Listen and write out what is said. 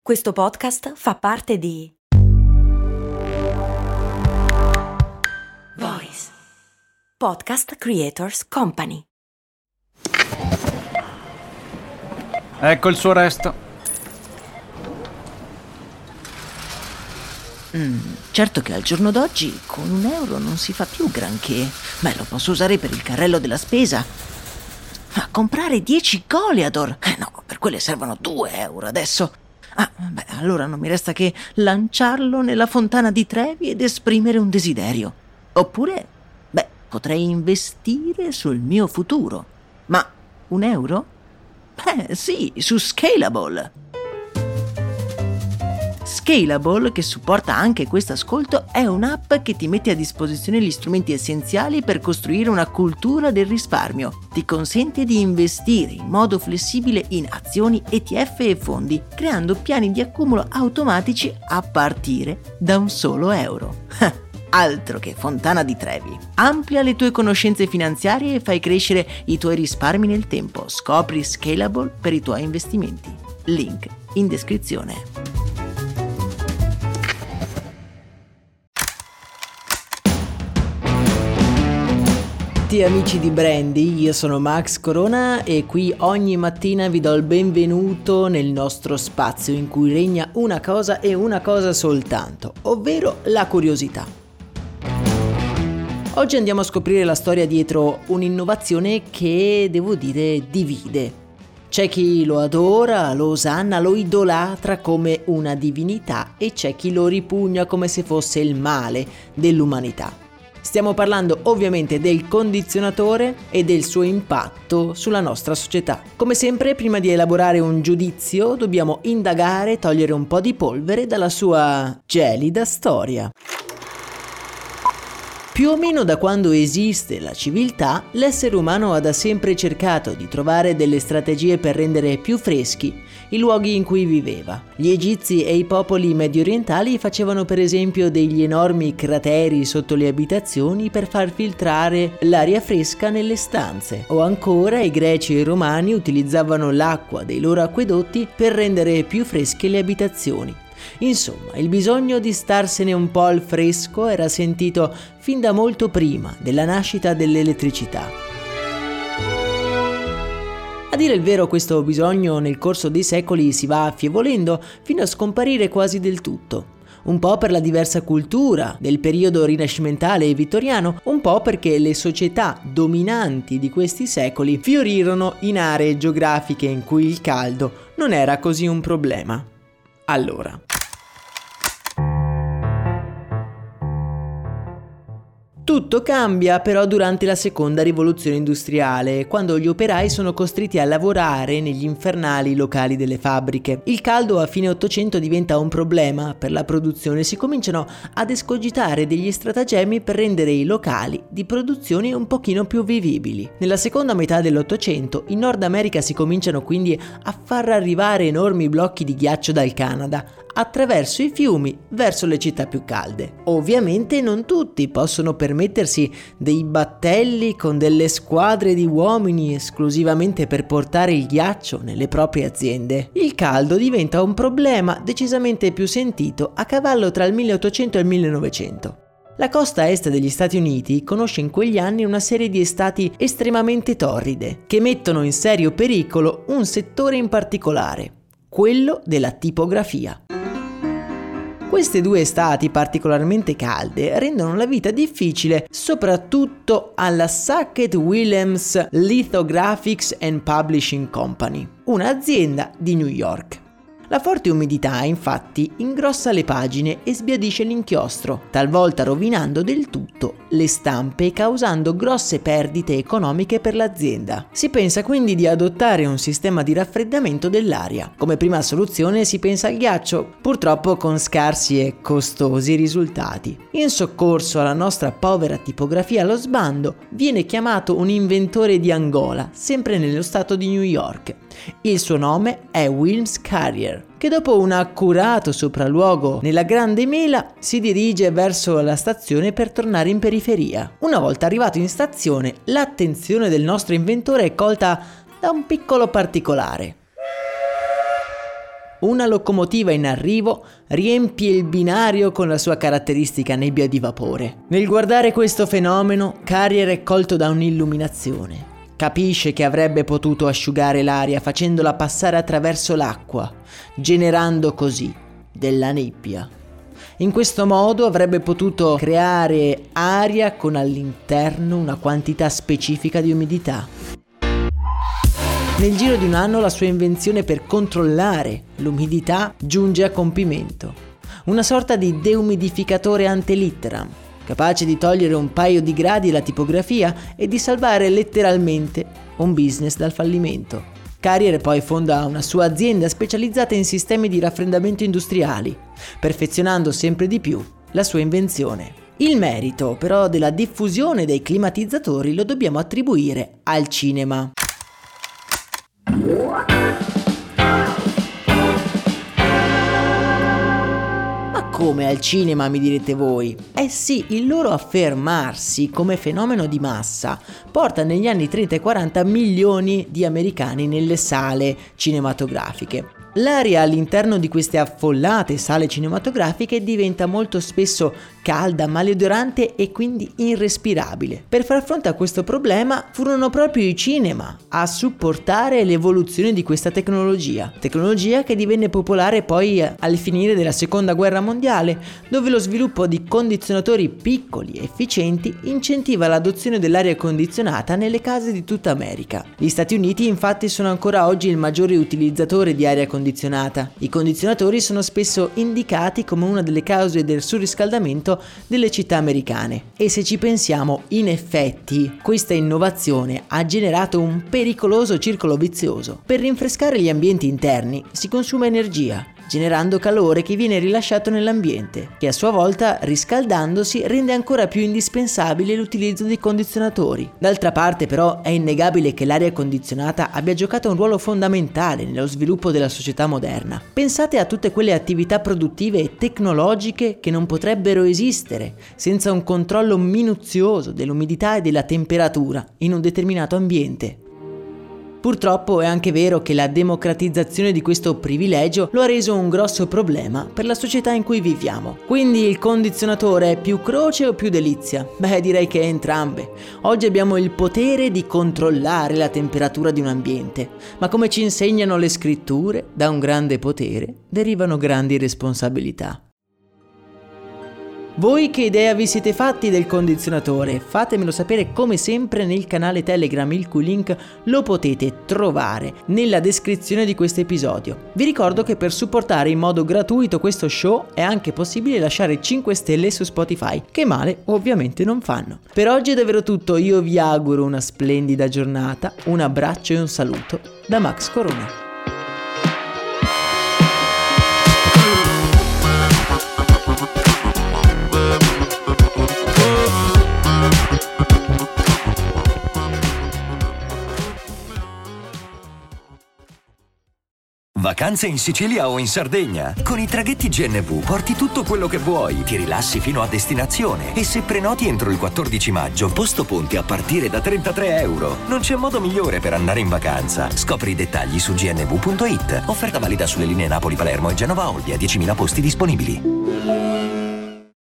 Questo podcast fa parte di Voice Podcast Creators Company. Ecco il suo resto. Certo che al giorno d'oggi con €1 non si fa più granché. Lo posso usare per il carrello della spesa. Ma comprare 10 Goliador? No, per quelle servono €2 adesso. Allora non mi resta che lanciarlo nella fontana di Trevi ed esprimere un desiderio. Oppure, potrei investire sul mio futuro. Ma €1? Sì, su Scalable. Scalable, che supporta anche questo ascolto, è un'app che ti mette a disposizione gli strumenti essenziali per costruire una cultura del risparmio. Ti consente di investire in modo flessibile in azioni, ETF e fondi, creando piani di accumulo automatici a partire da un solo euro. Altro che fontana di Trevi. Amplia le tue conoscenze finanziarie e fai crescere i tuoi risparmi nel tempo. Scopri Scalable per i tuoi investimenti. Link in descrizione. Amici di Brandy, io sono Max Corona e qui ogni mattina vi do il benvenuto nel nostro spazio in cui regna una cosa e una cosa soltanto, ovvero la curiosità. Oggi andiamo a scoprire la storia dietro un'innovazione che, devo dire, divide. C'è chi lo adora, lo osanna, lo idolatra come una divinità e c'è chi lo ripugna come se fosse il male dell'umanità. Stiamo parlando ovviamente del condizionatore e del suo impatto sulla nostra società. Come sempre, prima di elaborare un giudizio, dobbiamo indagare e togliere un po' di polvere dalla sua gelida storia. Più o meno da quando esiste la civiltà, l'essere umano ha da sempre cercato di trovare delle strategie per rendere più freschi i luoghi in cui viveva. Gli egizi e i popoli mediorientali facevano per esempio degli enormi crateri sotto le abitazioni per far filtrare l'aria fresca nelle stanze. O ancora i greci e i romani utilizzavano l'acqua dei loro acquedotti per rendere più fresche le abitazioni. Insomma, il bisogno di starsene un po' al fresco era sentito fin da molto prima della nascita dell'elettricità. A dire il vero, questo bisogno nel corso dei secoli si va affievolendo fino a scomparire quasi del tutto. Un po' per la diversa cultura del periodo rinascimentale e vittoriano, un po' perché le società dominanti di questi secoli fiorirono in aree geografiche in cui il caldo non era così un problema. Allora, tutto cambia però durante la seconda rivoluzione industriale, quando gli operai sono costretti a lavorare negli infernali locali delle fabbriche. Il caldo a fine Ottocento diventa un problema per la produzione e si cominciano ad escogitare degli stratagemmi per rendere i locali di produzione un pochino più vivibili. Nella seconda metà dell'Ottocento in Nord America si cominciano quindi a far arrivare enormi blocchi di ghiaccio dal Canada attraverso i fiumi verso le città più calde. Ovviamente non tutti possono permettersi dei battelli con delle squadre di uomini esclusivamente per portare il ghiaccio nelle proprie aziende. Il caldo diventa un problema decisamente più sentito a cavallo tra il 1800 e il 1900. La costa est degli Stati Uniti conosce in quegli anni una serie di estati estremamente torride che mettono in serio pericolo un settore in particolare, quello della tipografia. Queste due estati particolarmente calde rendono la vita difficile soprattutto alla Sackett-Williams Lithographics and Publishing Company, un'azienda di New York. La forte umidità infatti ingrossa le pagine e sbiadisce l'inchiostro, talvolta rovinando del tutto le stampe e causando grosse perdite economiche per l'azienda. Si pensa quindi di adottare un sistema di raffreddamento dell'aria. Come prima soluzione si pensa al ghiaccio, purtroppo con scarsi e costosi risultati. In soccorso alla nostra povera tipografia allo sbando viene chiamato un inventore di Angola, sempre nello stato di New York. Il suo nome è Wilms Carrier, che dopo un accurato sopralluogo nella Grande Mela si dirige verso la stazione per tornare in periferia. Una volta arrivato in stazione, l'attenzione del nostro inventore è colta da un piccolo particolare. Una locomotiva in arrivo riempie il binario con la sua caratteristica nebbia di vapore. Nel guardare questo fenomeno, Carrier è colto da un'illuminazione. Capisce che avrebbe potuto asciugare l'aria facendola passare attraverso l'acqua, generando così della nebbia. In questo modo avrebbe potuto creare aria con all'interno una quantità specifica di umidità. Nel giro di un anno la sua invenzione per controllare l'umidità giunge a compimento. Una sorta di deumidificatore ante litteram, capace di togliere un paio di gradi alla tipografia e di salvare letteralmente un business dal fallimento. Carrier poi fonda una sua azienda specializzata in sistemi di raffreddamento industriali, perfezionando sempre di più la sua invenzione. Il merito però della diffusione dei climatizzatori lo dobbiamo attribuire al cinema. Ma come al cinema, mi direte voi? Eh sì, il loro affermarsi come fenomeno di massa porta negli anni 30 e 40 milioni di americani nelle sale cinematografiche. L'aria all'interno di queste affollate sale cinematografiche diventa molto spesso calda, maleodorante e quindi irrespirabile. Per far fronte a questo problema furono proprio i cinema a supportare l'evoluzione di questa tecnologia che divenne popolare poi al finire della Seconda Guerra Mondiale, dove lo sviluppo di condizionatori piccoli e efficienti incentiva l'adozione dell'aria condizionata nelle case di tutta America. Gli Stati Uniti infatti sono ancora oggi il maggiore utilizzatore di aria condizionata. I condizionatori sono spesso indicati come una delle cause del surriscaldamento delle città americane. E se ci pensiamo, in effetti, questa innovazione ha generato un pericoloso circolo vizioso. Per rinfrescare gli ambienti interni si consuma energia, generando calore che viene rilasciato nell'ambiente, che a sua volta, riscaldandosi, rende ancora più indispensabile l'utilizzo dei condizionatori. D'altra parte però è innegabile che l'aria condizionata abbia giocato un ruolo fondamentale nello sviluppo della società moderna. Pensate a tutte quelle attività produttive e tecnologiche che non potrebbero esistere senza un controllo minuzioso dell'umidità e della temperatura in un determinato ambiente. Purtroppo è anche vero che la democratizzazione di questo privilegio lo ha reso un grosso problema per la società in cui viviamo. Quindi il condizionatore è più croce o più delizia? Beh, direi che è entrambe. Oggi abbiamo il potere di controllare la temperatura di un ambiente, ma come ci insegnano le scritture, da un grande potere derivano grandi responsabilità. Voi che idea vi siete fatti del condizionatore? Fatemelo sapere come sempre nel canale Telegram, il cui link lo potete trovare nella descrizione di questo episodio. Vi ricordo che per supportare in modo gratuito questo show è anche possibile lasciare 5 stelle su Spotify, che male ovviamente non fanno. Per oggi è davvero tutto, io vi auguro una splendida giornata, un abbraccio e un saluto da Max Corona. Vacanze in Sicilia o in Sardegna? Con i traghetti GNV porti tutto quello che vuoi, ti rilassi fino a destinazione e se prenoti entro il 14 maggio, posto ponti a partire da €33. Non c'è modo migliore per andare in vacanza. Scopri i dettagli su gnv.it. Offerta valida sulle linee Napoli-Palermo e Genova-Olbia, 10.000 posti disponibili.